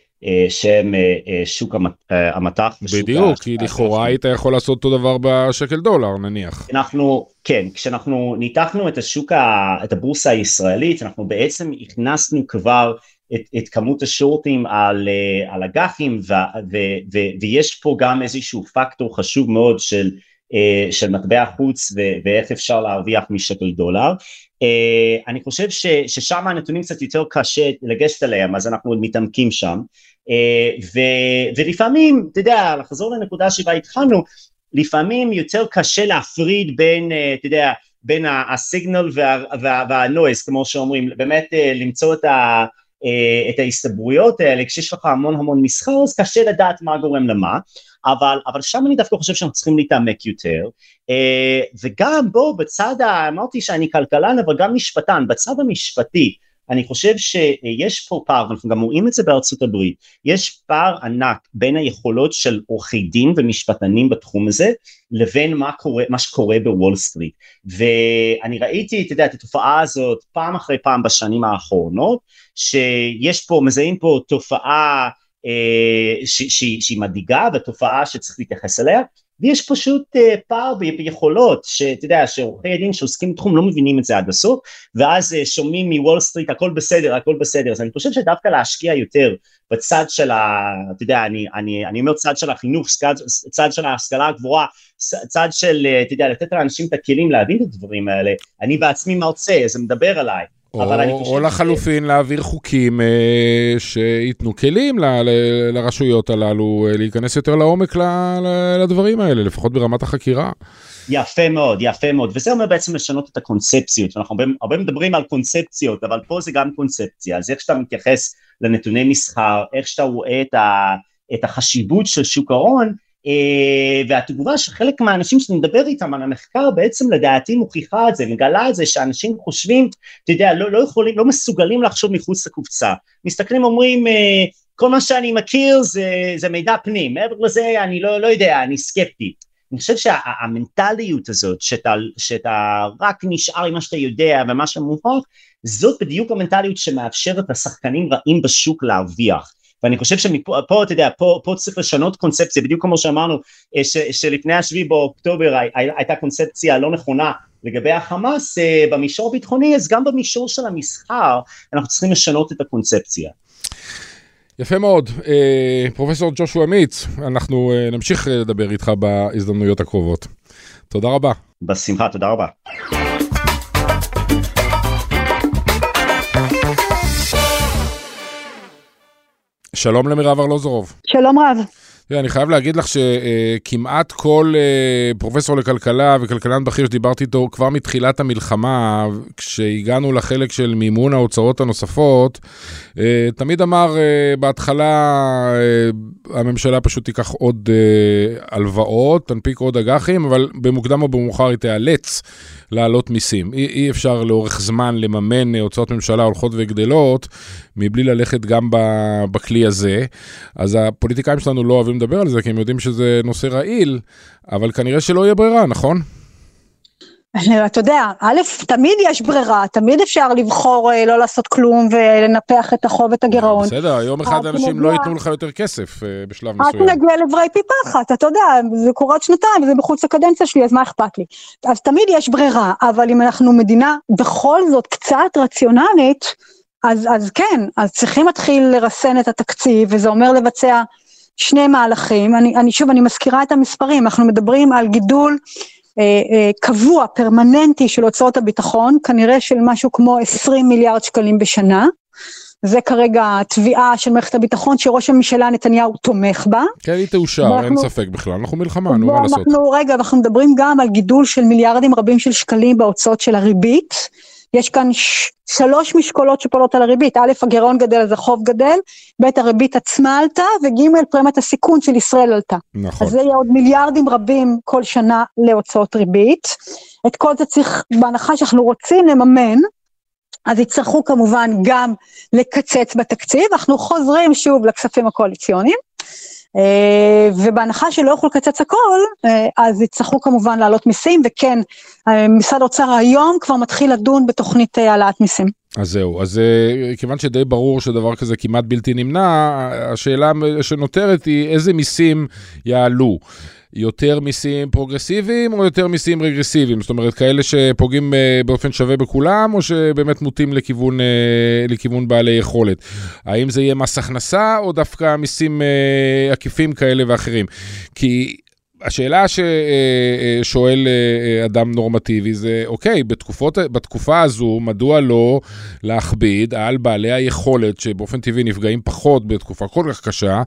[SPEAKER 2] שהם שוק המטח.
[SPEAKER 1] בדיוק, כי לכאורה היית יכול לעשות אותו דבר בשקל דולר, נניח.
[SPEAKER 2] אנחנו, כן, כשאנחנו ניתחנו את השוק, את הבורסה הישראלית, אנחנו בעצם הכנסנו כבר את, את כמות השורטים על, על אג"חים, ו, ו, ו, ויש פה גם איזשהו פקטור חשוב מאוד של, של מטבע חוץ, ו, ואיך אפשר להרוויח משקל דולר. Uh, אני חושב ש, ששם הנתונים קצת יותר קשה לגשת עליהם, אז אנחנו עוד מתעמקים שם, uh, ו, ולפעמים, אתה יודע, לחזור לנקודה שבה התחלנו, לפעמים יותר קשה להפריד בין, uh, אתה יודע, בין הסיגנל וה, וה, והנויז, כמו שאומרים, באמת uh, למצוא את, ה, uh, את ההסתברויות האלה, כשיש לך המון המון מסחר, אז קשה לדעת מה גורם למה, אבל, אבל שם אני דווקא חושב שאנחנו צריכים להתעמק יותר, uh, וגם בו בצד, אמרתי שאני כלכלן, אבל גם משפטן, בצד המשפטי, אני חושב שיש פה פער, ואנחנו גם רואים את זה בארצות הברית, יש פער ענק בין היכולות של עורכי דין ומשפטנים בתחום הזה, לבין מה קורה, מה שקורה בוול סטריט, ואני ראיתי, אתה יודע, את התופעה הזאת פעם אחרי פעם בשנים האחרונות, שיש פה, מזהים פה תופעה, שהיא מדאיגה, ותופעה שצריך להתייחס אליה, ויש פשוט פער ביכולות, שאתה יודע, שעורכי דין שעוסקים בתחום לא מבינים את זה עד הסוף, ואז שומעים מוול סטריט, הכל בסדר, הכל בסדר, אז אני חושב שדווקא להשקיע יותר בצד של ה... אתה יודע, אני, אני, אני אומר צד של החינוך, צד, צד של ההשכלה הגבוהה, צד של, אתה יודע, לתת לאנשים את הכלים להבין את הדברים האלה, אני בעצמי מרצה, זה מדבר עליי,
[SPEAKER 1] או, או לחלופין ש... להעביר חוקים אה, שיתנו כלים ל, ל, לרשויות הללו, להיכנס יותר לעומק ל, ל, לדברים האלה, לפחות ברמת החקירה.
[SPEAKER 2] יפה מאוד, יפה מאוד, וזה אומר בעצם לשנות את הקונספציות, אנחנו הרבה, הרבה מדברים על קונספציות, אבל פה זה גם קונספציה, אז איך שאתה מתייחס לנתוני מסחר, איך שאתה רואה את, ה, את החשיבות של שוק ההון, והתגובה שחלק מהאנשים שנדבר איתם על המחקר בעצם לדעתי מוכיחה את זה, מגלה את זה שאנשים חושבים, אתה יודע, לא, לא יכולים, לא מסוגלים לחשוב מחוץ לקופצה, מסתכלים אומרים, כל מה שאני מכיר זה, זה מידע פנים, מעבר לזה אני לא, לא יודע, אני סקפטי, אני חושב שהמנטליות הזאת, שאתה, שאתה רק נשאר עם מה שאתה יודע ומה שמוכח, זאת בדיוק המנטליות שמאפשרת לשחקנים רעים בשוק להרוויח, ואני חושב שמפה, פה, אתה יודע, פה, פה צריך לשנות קונספציה, בדיוק כמו שאמרנו, ש, שלפני השביעי באוקטובר הייתה קונספציה לא נכונה לגבי החמאס במישור הביטחוני, אז גם במישור של המסחר, אנחנו צריכים לשנות את הקונספציה.
[SPEAKER 1] יפה מאוד. פרופסור ג'ושוע מיץ, אנחנו נמשיך לדבר איתך בהזדמנויות הקרובות. תודה רבה.
[SPEAKER 2] בשמחה, תודה רבה.
[SPEAKER 1] שלום למירב ארלוזורוב.
[SPEAKER 3] שלום רב.
[SPEAKER 1] אני חייב להגיד לך שכמעט כל פרופסור לכלכלה וכלכלן בכיר שדיברתי איתו כבר מתחילת המלחמה, כשהגענו לחלק של מימון ההוצאות הנוספות, תמיד אמר בהתחלה הממשלה פשוט תיקח עוד הלוואות, תנפיק עוד אג"חים, אבל במוקדם או במאוחר היא תיאלץ לעלות מיסים. אי, אי אפשר לאורך זמן לממן הוצאות ממשלה הולכות וגדלות, מבלי ללכת גם בכלי הזה. אז הפוליטיקאים שלנו לא אוהבים לדבר על זה, כי הם יודעים שזה נושא רעיל, אבל כנראה שלא יהיה ברירה, נכון?
[SPEAKER 3] אתה יודע, א', תמיד יש ברירה, תמיד אפשר לבחור לא לעשות כלום ולנפח את החוב ואת הגירעון.
[SPEAKER 1] בסדר, יום אחד אנשים לא ייתנו לך יותר כסף בשלב מסוים.
[SPEAKER 3] את נגיע לברי פיפחת, אתה יודע, זה קורה עוד שנתיים, וזה בחוץ הקדנציה שלי, אז מה אכפת לי? אז תמיד יש ברירה, אבל אם אנחנו מדינה בכל זאת קצת רציונלית, אז, אז כן, אז צריכים להתחיל לרסן את התקציב, וזה אומר לבצע שני מהלכים. אני, אני שוב, אני מזכירה את המספרים, אנחנו מדברים על גידול אה, אה, קבוע, פרמננטי של הוצאות הביטחון, כנראה של משהו כמו עשרים מיליארד שקלים בשנה, זה כרגע תביעה של מערכת הביטחון שראש הממשלה נתניהו תומך בה. כן,
[SPEAKER 1] היא תאושר, אין ספק בכלל, אנחנו מלחמה, נו מה לעשות.
[SPEAKER 3] אנחנו, רגע, אנחנו מדברים גם על גידול של מיליארדים רבים של שקלים בהוצאות של הריבית, יש כאן ש... שלוש משקולות שפועלות על הריבית, א', הגירעון גדל, אז החוב גדל, ב', הריבית עצמה עלתה, וג', פרמיית הסיכון של ישראל עלתה.
[SPEAKER 1] נכון.
[SPEAKER 3] אז זה יהיה עוד מיליארדים רבים כל שנה להוצאות ריבית. את כל זה צריך, בהנחה שאנחנו רוצים לממן, אז יצטרכו כמובן גם לקצץ בתקציב, אנחנו חוזרים שוב לכספים הקואליציוניים, ובהנחה שלא יכול לקצץ הכל, אז יצטרכו כמובן לעלות מיסים, וכן, משרד האוצר היום כבר מתחיל לדון בתוכנית העלאת מיסים.
[SPEAKER 1] אז זהו, אז כיוון שדי ברור שדבר כזה כמעט בלתי נמנע, השאלה שנותרת היא איזה מיסים יעלו, יותר מיסים פרוגרסיביים או יותר מיסים רגרסיביים, זאת אומרת כאלה שפוגעים באופן שווה בכולם או שבאמת מוטים לכיוון, לכיוון בעלי יכולת. האם זה יהיה מס הכנסה או דווקא מיסים עקיפים כאלה ואחרים? כי השאלה ששואל אדם נורמטיבי זה, אוקיי, בתקופות, בתקופה הזו, מדוע לא להכביד על בעלי היכולת שבאופן טבעי נפגעים פחות בתקופה כל כך קשה,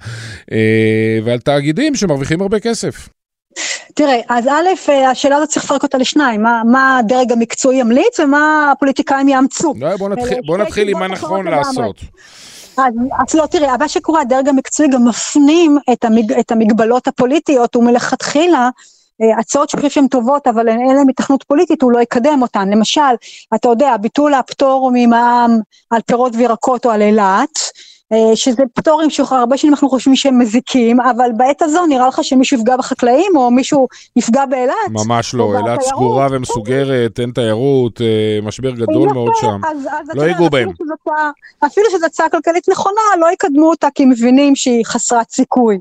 [SPEAKER 1] ועל תאגידים שמרוויחים הרבה כסף?
[SPEAKER 3] תראה, אז א', השאלה הזאת צריך לפרק אותה לשניים, מה, מה הדרג המקצועי ימליץ ומה הפוליטיקאים יאמצו.
[SPEAKER 1] לא, בוא נתחיל, בוא נתחיל עם מה נכון לעשות.
[SPEAKER 3] אז, אז לא, תראה, הבא שקורה, הדרג המקצועי גם מפנים את, המג, את המגבלות הפוליטיות, ומלכתחילה, הצעות שחושב שהן טובות, אבל אין להם התכנות פוליטית, הוא לא יקדם אותן. למשל, אתה יודע, ביטול הפטור ממע"מ על פירות וירקות או על אילת, שזה פטורים שהרבה שנים אנחנו חושבים שהם מזיקים, אבל בעת הזו נראה לך שמישהו יפגע בחקלאים, או מישהו יפגע באילת.
[SPEAKER 1] ממש לא, אילת סגורה ומסוגרת, אין תיירות, משבר גדול מאוד שם. לא ייגעו בהם.
[SPEAKER 3] אפילו שזו הצעה כלכלית נכונה, לא יקדמו אותה, כי מבינים שהיא חסרת סיכוי.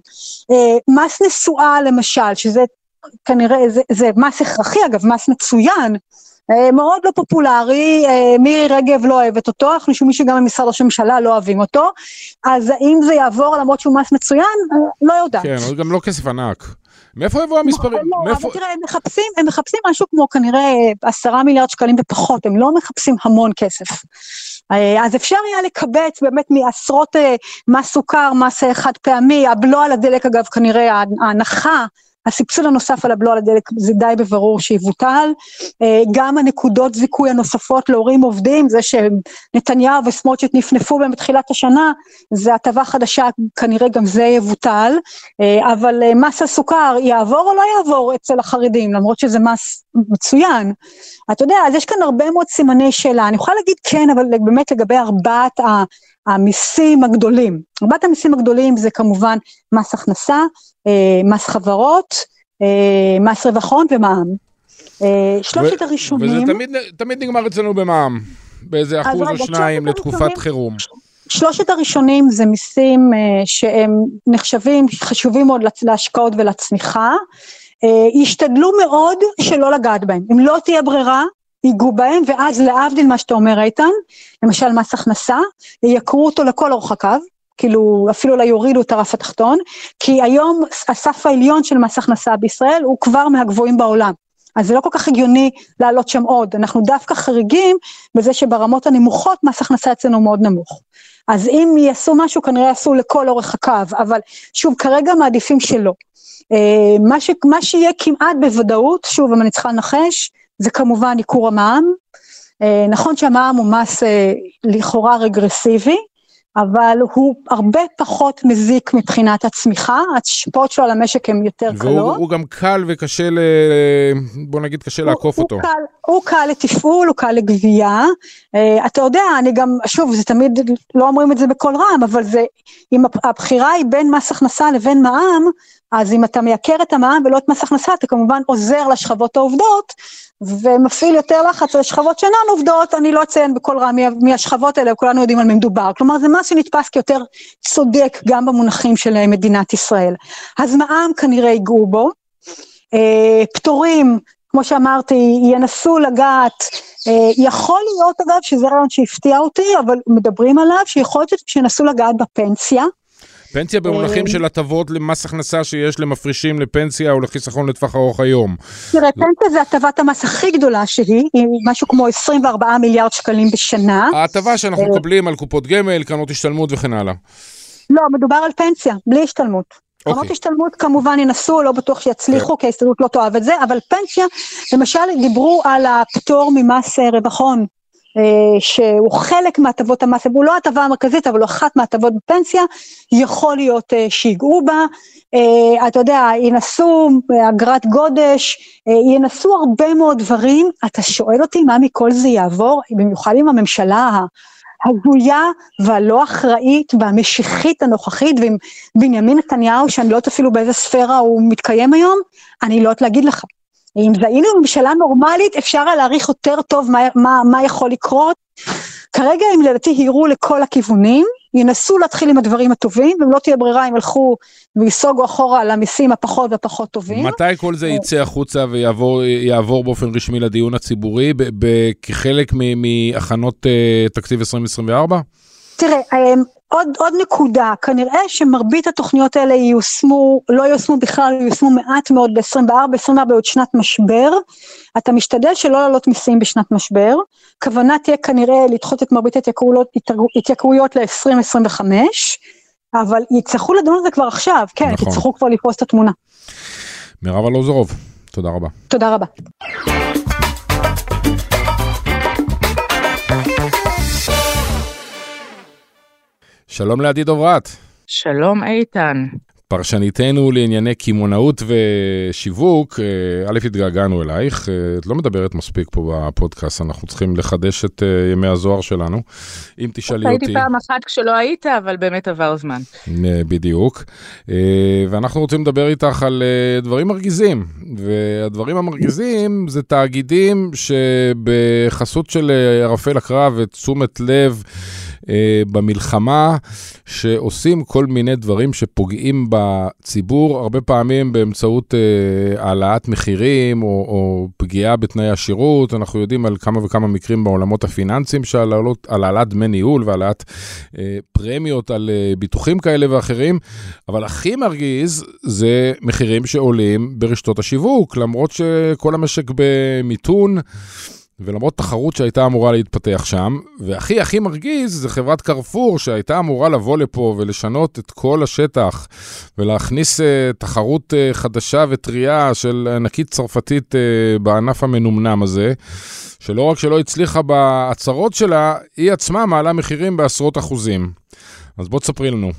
[SPEAKER 3] מס נסועה למשל, שזה כנראה, זה מס הכרחי, אגב, מס מצוין, מאוד לא פופולרי, מירי רגב לא אוהבת אותו, אנחנו שומעים שגם במשרד ראש הממשלה לא אוהבים אותו, אז האם זה יעבור למרות שהוא מס מצוין? לא יודעת.
[SPEAKER 1] כן, אבל גם לא כסף ענק. מאיפה יבוא המספרים?
[SPEAKER 3] לא, אבל תראה, הם מחפשים, הם מחפשים משהו כמו כנראה עשרה מיליארד שקלים ופחות, הם לא מחפשים המון כסף. אז אפשר היה לקבץ באמת מעשרות מס סוכר, מס חד פעמי, הבלו על הדלק אגב כנראה ההנחה, הסבסוד הנוסף על הבלו על הדלק זה די בברור שיבוטל, גם הנקודות זיכוי הנוספות להורים עובדים, זה שנתניהו וסמוטריץ' נפנפו בהם בתחילת השנה, זה הטבה חדשה, כנראה גם זה יבוטל, אבל מס הסוכר יעבור או לא יעבור אצל החרדים, למרות שזה מס מצוין, אתה יודע, אז יש כאן הרבה מאוד סימני שאלה, אני יכולה להגיד כן, אבל באמת לגבי ארבעת ה... המיסים הגדולים, ארבעת המיסים הגדולים זה כמובן מס הכנסה, מס חברות, מס רווח הון ומע"מ. שלושת הראשונים...
[SPEAKER 1] וזה תמיד, תמיד נגמר אצלנו במע"מ, באיזה אחוז או שניים לתקופת חירום.
[SPEAKER 3] שלושת הראשונים זה מיסים שהם נחשבים, חשובים מאוד להשקעות ולצמיחה, ישתדלו מאוד שלא לגעת בהם, אם לא תהיה ברירה, ייגעו בהם, ואז להבדיל מה שאתה אומר איתן, למשל מס הכנסה, יקרו אותו לכל אורך הקו, כאילו אפילו לא יורידו את הרף התחתון, כי היום הסף העליון של מס הכנסה בישראל הוא כבר מהגבוהים בעולם, אז זה לא כל כך הגיוני לעלות שם עוד, אנחנו דווקא חריגים בזה שברמות הנמוכות מס הכנסה אצלנו מאוד נמוך. אז אם יעשו משהו, כנראה יעשו לכל אורך הקו, אבל שוב, כרגע מעדיפים שלא. מה, ש, מה שיהיה כמעט בוודאות, שוב, אם אני צריכה לנחש, זה כמובן עיקור המע"מ. נכון שהמע"מ הוא מס לכאורה רגרסיבי, אבל הוא הרבה פחות מזיק מבחינת הצמיחה, ההשפעות שלו על המשק הן יותר קלות.
[SPEAKER 1] והוא גם קל וקשה, ל... בוא נגיד, קשה לעקוף אותו.
[SPEAKER 3] הוא קל, הוא קל לתפעול, הוא קל לגבייה. אתה יודע, אני גם, שוב, זה תמיד, לא אומרים את זה בכל רם, אבל זה, אם הבחירה היא בין מס הכנסה לבין מע"מ, אז אם אתה מייקר את המע"מ ולא את מס הכנסה, אתה כמובן עוזר לשכבות העובדות, ומפעיל יותר לחץ על השכבות שאינן עובדות, אני לא אציין בכל רע מהשכבות האלה, כולנו יודעים על מי מדובר, כלומר זה מה שנתפס כיותר צודק גם במונחים של מדינת ישראל. אז מע"מ כנראה ייגעו בו, פטורים, כמו שאמרתי, ינסו לגעת, יכול להיות אגב שזה רעיון שהפתיע אותי, אבל מדברים עליו שיכול להיות שינסו לגעת בפנסיה,
[SPEAKER 1] פנסיה במונחים של הטבות למס הכנסה שיש למפרישים לפנסיה או לחיסכון לטווח ארוך היום.
[SPEAKER 3] תראה, פנסיה זה הטבת המס הכי גדולה שהיא, היא משהו כמו עשרים וארבעה מיליארד שקלים בשנה.
[SPEAKER 1] ההטבה שאנחנו מקבלים על קופות גמל, קרנות השתלמות וכן הלאה.
[SPEAKER 3] לא, מדובר על פנסיה, בלי השתלמות. קרנות השתלמות כמובן ינסו, לא בטוח שיצליחו, כי ההסתדרות לא תאהב את זה, אבל פנסיה, למשל דיברו על הפטור ממס רווח הון, שהוא חלק מהטבות המס, הוא לא הטבה המרכזית, אבל הוא אחת מהטבות בפנסיה, יכול להיות שיגעו בה, אתה יודע, ינסו אגרת גודש, ינסו הרבה מאוד דברים, אתה שואל אותי מה מכל זה יעבור, במיוחד עם הממשלה הגויה והלא אחראית והמשיחית הנוכחית, ועם בנימין נתניהו, שאני לא יודעת אפילו באיזה ספירה הוא מתקיים היום, אני לא יודעת להגיד לך. אם זה היינו ממשלה נורמלית, אפשר להעריך יותר טוב מה, מה, מה יכול לקרות. כרגע אם לדעתי הירו לכל הכיוונים, ינסו להתחיל עם הדברים הטובים, ואם לא תהיה ברירה, הם הלכו ויסוגו אחורה על המיסים הפחות והפחות טובים.
[SPEAKER 1] מתי כל זה יצא החוצה ויעבור יעבור באופן רשמי לדיון הציבורי, ב- ב- כחלק מהכנות uh, תקציב עשרים עשרים וארבע?
[SPEAKER 3] תראה, עוד, עוד נקודה, כנראה שמרבית התוכניות האלה ייושמו, לא ייושמו בכלל, ייושמו מעט מאוד ב-עשרים וארבע, עשרים וארבע עוד שנת משבר, אתה משתדל שלא לעלות מיסים בשנת משבר, כוונה תהיה כנראה לדחות את מרבית התייקרויות, התייקרויות ל-עשרים עשרים וחמש, אבל יצטרכו לדון על זה כבר עכשיו, כן, נכון. יצטרכו כבר לפרוס את התמונה.
[SPEAKER 1] מירב ארלוזורוב, תודה רבה.
[SPEAKER 3] תודה רבה.
[SPEAKER 1] שלום לעדי דוברת.
[SPEAKER 4] שלום איתן.
[SPEAKER 1] פרשניתנו לענייני קימונאות ושיווק, א' התגעגענו אלייך, את לא מדברת מספיק פה בפודקאסט, אנחנו צריכים לחדש את ימי הזוהר שלנו, אם תשאלי אותי.
[SPEAKER 4] הייתי פעם אחת כשלא היית, אבל באמת עבר זמן.
[SPEAKER 1] בדיוק, ואנחנו רוצים לדבר איתך על דברים מרגיזים, והדברים המרגיזים זה תאגידים שבחסות של ערפל הקרב ותשומת לב, במלחמה, שעושים כל מיני דברים שפוגעים בציבור, הרבה פעמים באמצעות העלאת מחירים, או, או פגיעה בתנאי השירות. אנחנו יודעים על כמה וכמה מקרים בעולמות הפיננסיים, שעל העלאת דמי ניהול, ועלאת פרמיות על ביטוחים כאלה ואחרים, אבל הכי מרגיז זה מחירים שעולים ברשתות השיווק, למרות שכל המשק במיתון, ולמרות תחרות שהייתה אמורה להתפתח שם, והכי הכי מרגיז זה חברת קרפור שהייתה אמורה לבוא לפה ולשנות את כל השטח, ולהכניס uh, תחרות uh, חדשה וטריה של ענקית צרפתית uh, בענף המנומנם הזה, שלא רק שלא הצליחה בהצהרות שלה, היא עצמה מעלה מחירים בעשרות אחוזים. אז בוא תספרי לנו.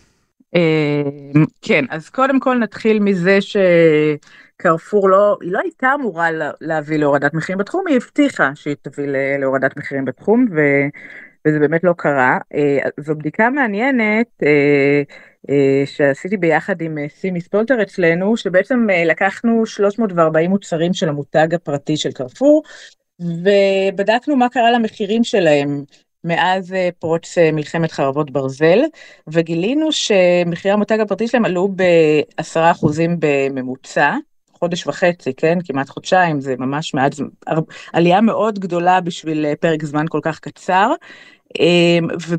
[SPEAKER 4] כן, אז קודם כל נתחיל מזה ש... קרפור לא, היא לא הייתה אמורה להביא להורדת מחירים בתחום, היא הבטיחה שהיא תביא להורדת מחירים בתחום, ו, וזה באמת לא קרה. זו בדיקה מעניינת שעשיתי ביחד עם סימי ספולטר אצלנו, שבעצם לקחנו שלוש מאות וארבעים מוצרים של המותג הפרטי של קרפור, ובדקנו מה קרה למחירים שלהם מאז פרוץ מלחמת חרבות ברזל, וגילינו שמחירי המותג הפרטי שלהם עלו בעשרה אחוזים בממוצע, חודש וחצי, כן? כמעט חודשיים, זה ממש מעט, עלייה מאוד גדולה בשביל פרק זמן כל כך קצר,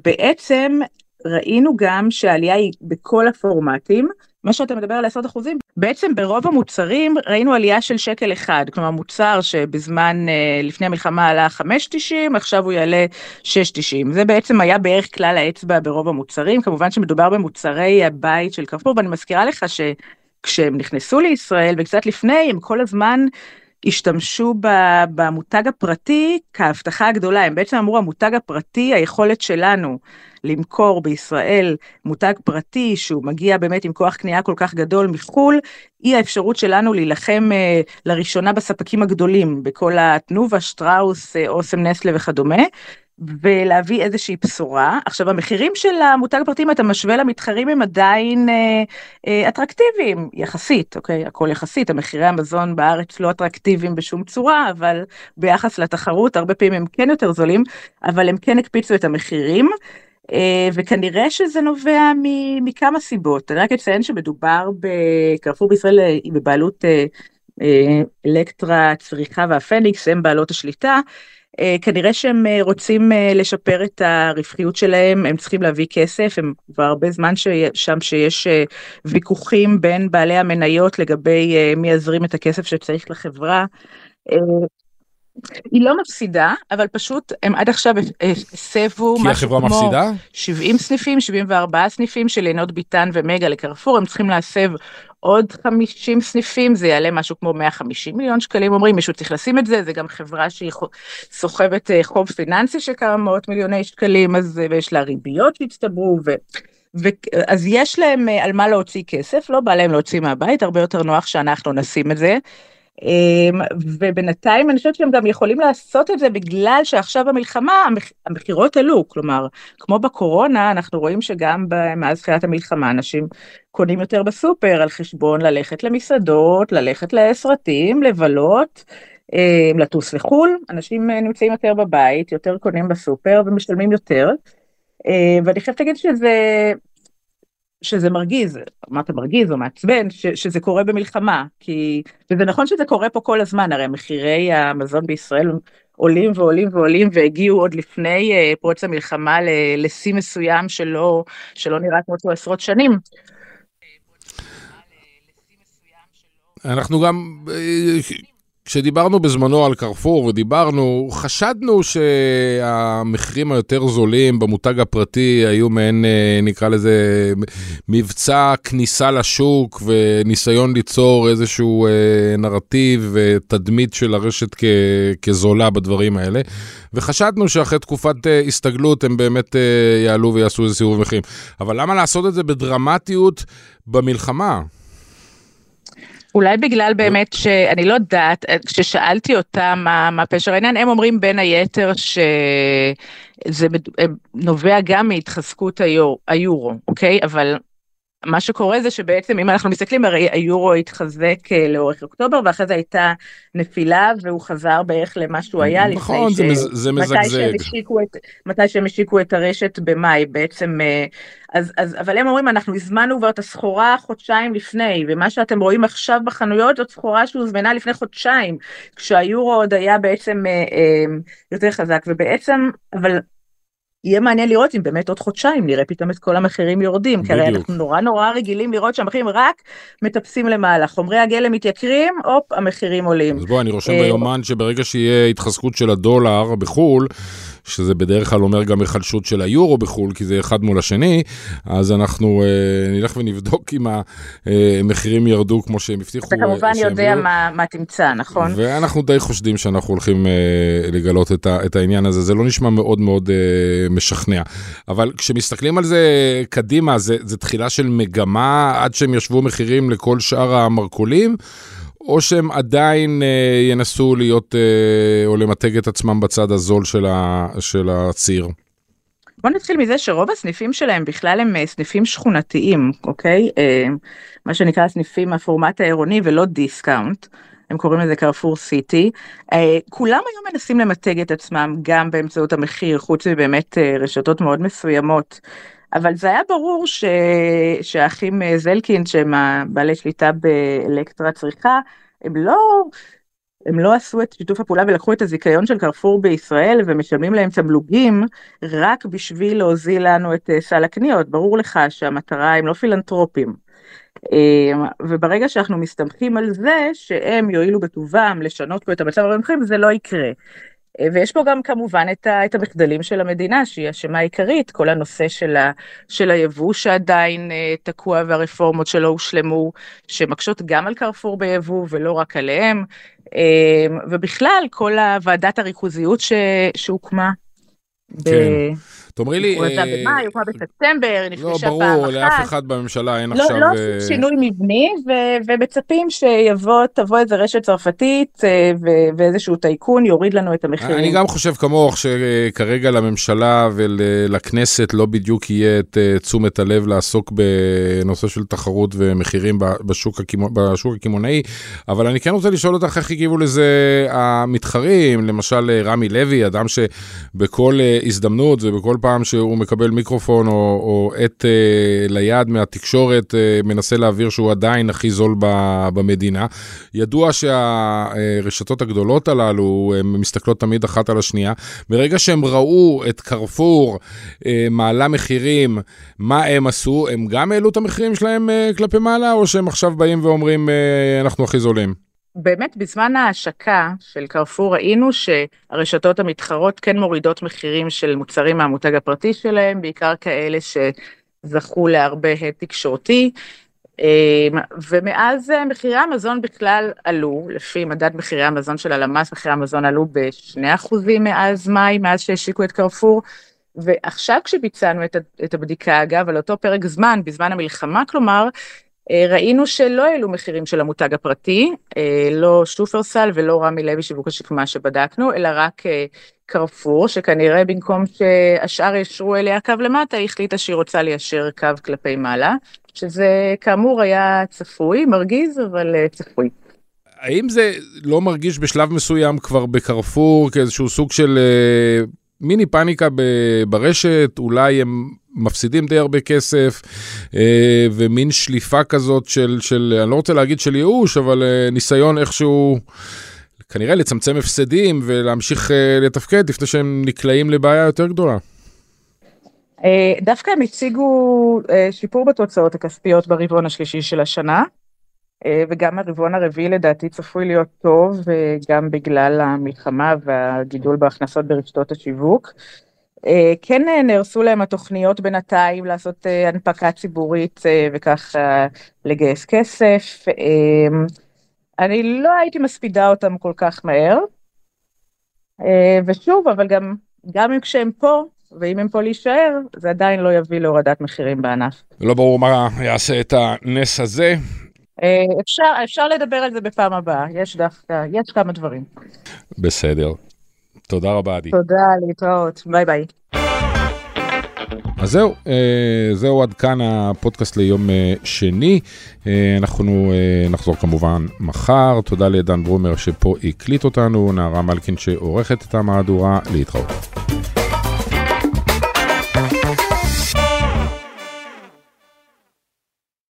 [SPEAKER 4] ובעצם ראינו גם שהעלייה היא בכל הפורמטים, מה שאתה מדבר על עשרות אחוזים, בעצם ברוב המוצרים ראינו עלייה של שקל אחד, כלומר מוצר שבזמן לפני המלחמה עלה חמש תשעים, עכשיו הוא יעלה שש תשעים, זה בעצם היה בערך כלל האצבע ברוב המוצרים, כמובן שמדובר במוצרי הבית של קרפור, ואני מזכירה לך שכשהם נכנסו לישראל וקצת לפני, הם כל הזמן השתמשו במותג הפרטי כהבטחה הגדולה, הם בעצם אמרו המותג הפרטי, היכולת שלנו למכור בישראל מותג פרטי שהוא מגיע באמת עם כוח קנייה כל כך גדול מחול, היא האפשרות שלנו להילחם אה, לראשונה בספקים הגדולים, בכל התנובה, שטראוס, אה, אוסם, נסלה וכדומה, ולהביא איזושהי בשורה. עכשיו המחירים של המותג הפרטי, אם אתה משווה למתחרים, הם עדיין אה, אה, אטרקטיביים, יחסית, אוקיי? הכל יחסית, המחירי המזון בארץ לא אטרקטיביים בשום צורה, אבל ביחס לתחרות, הרבה פעמים הם כן יותר זולים, אבל הם כן הקפיצו את המחירים, וכנראה שזה נובע מכמה סיבות. אני רק אציין שמדובר בקרפור בישראל, היא בבעלות אלקטרה, צריכה והפניקס, הם בעלות השליטה, כנראה שהם רוצים לשפר את הרווחיות שלהם, הם צריכים להביא כסף, הם כבר הרבה זמן שם שיש ויכוחים בין בעלי המניות לגבי מי יזרים את הכסף שצריך לחברה, היא לא מפסידה, אבל פשוט הם עד עכשיו הסבו משהו כמו
[SPEAKER 1] מפסידה?
[SPEAKER 4] שבעים סניפים, שבעים וארבעה סניפים של עינות ביטן ומגה לקרפור, הם צריכים להסב עוד חמישים סניפים, זה יעלה משהו כמו מאה וחמישים מיליון שקלים, אומרים, מישהו צריך לשים את זה, זה גם חברה שהיא סוחבת חוב פיננסי של כמה מאות מיליוני שקלים, אז יש לה ריביות שהצטברו, ו... ו... אז יש להם על מה להוציא כסף, לא בא להם להוציא מהבית, הרבה יותר נוח שאנחנו נשים את זה, ובינתיים אני חושבת שהם גם יכולים לעשות את זה בגלל שעכשיו במלחמה המחירות עלו, כלומר כמו בקורונה אנחנו רואים שגם מאז תחילת המלחמה אנשים קונים יותר בסופר על חשבון ללכת למסעדות, ללכת לסרטים, לבלות, לטוס לחול, אנשים נמצאים יותר בבית, יותר קונים בסופר ומשלמים יותר, ואני חושבת להגיד שזה שזה מרגיז, אמרת מרגיז או מעצבן, ש, שזה קורה במלחמה, כי, וזה נכון שזה קורה פה כל הזמן, הרי מחירי המזון בישראל עולים ועולים ועולים, והגיעו עוד לפני uh, פרוץ המלחמה לשיא מסוים שלא, שלא נראה כמו עשרות שנים.
[SPEAKER 1] אנחנו גם... כשדיברנו בזמנו על קרפור ודיברנו, חשדנו שהמחירים היותר זולים במותג הפרטי היו מעין, נקרא לזה, מבצע כניסה לשוק וניסיון ליצור איזשהו נרטיב ותדמית של הרשת כ- כזולה בדברים האלה, וחשדנו שאחרי תקופת הסתגלות הם באמת יעלו ויעשו איזה סיבוב מחירים. אבל למה לעשות את זה בדרמטיות במלחמה?
[SPEAKER 4] אולי בגלל באמת שאני לא יודעת, כששאלתי אותם מה, מה פשר העניין, הם אומרים בין היתר שזה נובע גם מהתחזקות היור, היורו, אוקיי? אבל מה שקורה זה שבעצם אם אנחנו מסתכלים, הרי היורו התחזק לאורך אוקטובר, ואחרי זה הייתה נפילה, והוא חזר בערך למה שהוא היה לפני
[SPEAKER 1] נכון,
[SPEAKER 4] ש...
[SPEAKER 1] זה, מז... זה מזגזג.
[SPEAKER 4] מתי שהם השיקו את, מתי שהם השיקו את הרשת במאי, בעצם, אז, אז, אבל הם אומרים, אנחנו הזמנו כבר את הסחורה חודשיים לפני, ומה שאתם רואים עכשיו בחנויות, זאת סחורה שהוזמנה לפני חודשיים, כשהיורו עוד היה בעצם יותר חזק, ובעצם, אבל... יהיה מעניין לראות אם באמת עוד חודשיים נראה פתאום את כל המחירים יורדים, כי הרי אנחנו נורא נורא רגילים לראות שהמחירים רק מטפסים למעלה, חומרי הגלם מתייקרים, אופ, המחירים עולים.
[SPEAKER 1] אז בוא, אני רושם ביומן שברגע שיהיה התחזקות של הדולר בחול, שזה בדרך כלל אומר גם החלשות של היורו בחול, כי זה אחד מול השני, אז אנחנו אה, נלך ונבדוק אם המחירים ירדו כמו שהם הבטיחו.
[SPEAKER 4] אתה כמובן יודע מה, מה תמצא, נכון?
[SPEAKER 1] ואנחנו די חושדים שאנחנו הולכים אה, לגלות את, ה, את העניין הזה, זה לא נשמע מאוד מאוד אה, משכנע. אבל כשמסתכלים על זה קדימה, זה, זה תחילה של מגמה עד שהם ישבו מחירים לכל שאר המרכולים, או שהם עדיין אה, ינסו להיות, אה, או למתג את עצמם בצד הזול של, ה, של הציר?
[SPEAKER 4] בוא נתחיל מזה שרוב הסניפים שלהם בכלל הם סניפים שכונתיים, אוקיי? אה, מה שנקרא סניפים הפורמט העירוני ולא דיסקאונט, הם קוראים לזה קרפור סיטי. אה, כולם היום מנסים למתג את עצמם גם באמצעות המחיר, חוץ מבאמת אה, רשתות מאוד מסוימות, אבל זה היה ברור ש... שהאחים זלקין, שהם בעלי שליטה באלקטרה צריכה, הם לא, הם לא עשו את שיתוף הפעולה ולקחו את הזיכיון של קרפור בישראל, ומשלמים להם תמלוגים רק בשביל להוזיל לנו את סל הקניות. ברור לך שהמטרה הם לא פילנטרופים. וברגע שאנחנו מסתמכים על זה, שהם יועילו בטובם לשנות פה את המצב המחירים, זה לא יקרה. ויש פה גם כמובן את, ה, את המחדלים של המדינה, שהיא השמה העיקרית, כל הנושא של, ה, של היבוא שעדיין uh, תקוע, והרפורמות שלא הושלמו, שמקשות גם על קרפור ביבוא ולא רק עליהם, uh, ובכלל כל ועדת הריכוזיות ש, שהוקמה.
[SPEAKER 1] כן. ב... תאמרי לי...
[SPEAKER 4] הוא עזב במאי, הוא כבר בספטמבר, נפגשה פעם אחת.
[SPEAKER 1] לא, ברור, לאף אחד בממשלה אין עכשיו...
[SPEAKER 4] לא עושים שינוי מבני, ומצפים שיבוא, תבוא איזה רשת צרפתית, ואיזשהו טייקון יוריד לנו את המחירים.
[SPEAKER 1] אני גם חושב כמוך, שכרגע לממשלה ולכנסת לא בדיוק יהיה את תשומת הלב לעסוק בנושא של תחרות ומחירים בשוק הכימונאי, אבל אני כן רוצה לשאול אותך איך הגיבו לזה המתחרים, למשל רמי לוי, אדם שבכל הזדמנות ובכל פעם שהוא מקבל מיקרופון או, או את אה, ליד מהתקשורת, אה, מנסה להעביר שהוא עדיין הכי זול ב, במדינה. ידוע שהרשתות הגדולות הללו, הן מסתכלות תמיד אחת על השנייה. ברגע שהם ראו את קרפור אה, מעלה מחירים, מה הם עשו? הם גם העלו את המחירים שלהם אה, כלפי מעלה, או שהם עכשיו באים ואומרים, אה, אנחנו הכי זולים?
[SPEAKER 4] באמת בזמן ההשקה של קרפור ראינו שהרשתות המתחרות כן מורידות מחירים של מוצרים מהמותג הפרטי שלהם, בעיקר כאלה שזכו להרבה תקשורתי, ומאז מחירי המזון בכלל עלו, לפי מדד מחירי המזון של הלמ"ס, מחירי המזון עלו בשני אחוזים מאז מאי, מאז שהשיקו את קרפור, ועכשיו כשביצענו את הבדיקה, אגב, על אותו פרק זמן, בזמן המלחמה, כלומר, ראינו שלא העלו מחירים של המותג הפרטי, לא שופרסל ולא רמי לוי שיווק השקמה שבדקנו, אלא רק קרפור, שכנראה במקום שהשאר ישרו אליה קו למטה, היא החליטה שהיא רוצה ליישר קו כלפי מעלה, שזה כאמור היה צפוי, מרגיז, אבל צפוי.
[SPEAKER 1] האם זה לא מרגיש בשלב מסוים כבר בקרפור, כאיזשהו סוג של מיני פאניקה ברשת, אולי הם מפסידים די הרבה כסף, ומין שליפה כזאת של, של, אני לא רוצה להגיד של ייאוש, אבל ניסיון איכשהו, כנראה לצמצם הפסדים, ולהמשיך לתפקד, לפני שהם נקלעים לבעיה יותר גדולה.
[SPEAKER 4] דווקא הם הציגו שיפור בתוצאות הכספיות ברבעון השלישי של השנה, וגם הרבעון הרביעי לדעתי צפוי להיות טוב, גם בגלל המלחמה והגידול בהכנסות ברשתות השיווק. כן נהרסו להם התוכניות בינתיים לעשות הנפקה ציבורית וכך לגייס כסף. אני לא הייתי מספידה אותם כל כך מהר. ושוב, אבל גם, גם אם כשהם פה, ואם הם פה להישאר, זה עדיין לא יביא להורדת מחירים בענף.
[SPEAKER 1] לא ברור מה יעשה את הנס הזה.
[SPEAKER 4] אפשר, אפשר לדבר על זה בפעם הבאה. יש דווקא, יש כמה דברים.
[SPEAKER 1] בסדר. תודה רבה, עדי.
[SPEAKER 4] תודה, להתראות. ביי ביי.
[SPEAKER 1] אז זהו, זהו עד כאן הפודקאסט ליום שני. אנחנו נחזור כמובן מחר. תודה לדן ברומר שפה הקליט אותנו, נערה מלכין שעורכת את המהדורה. להתראות.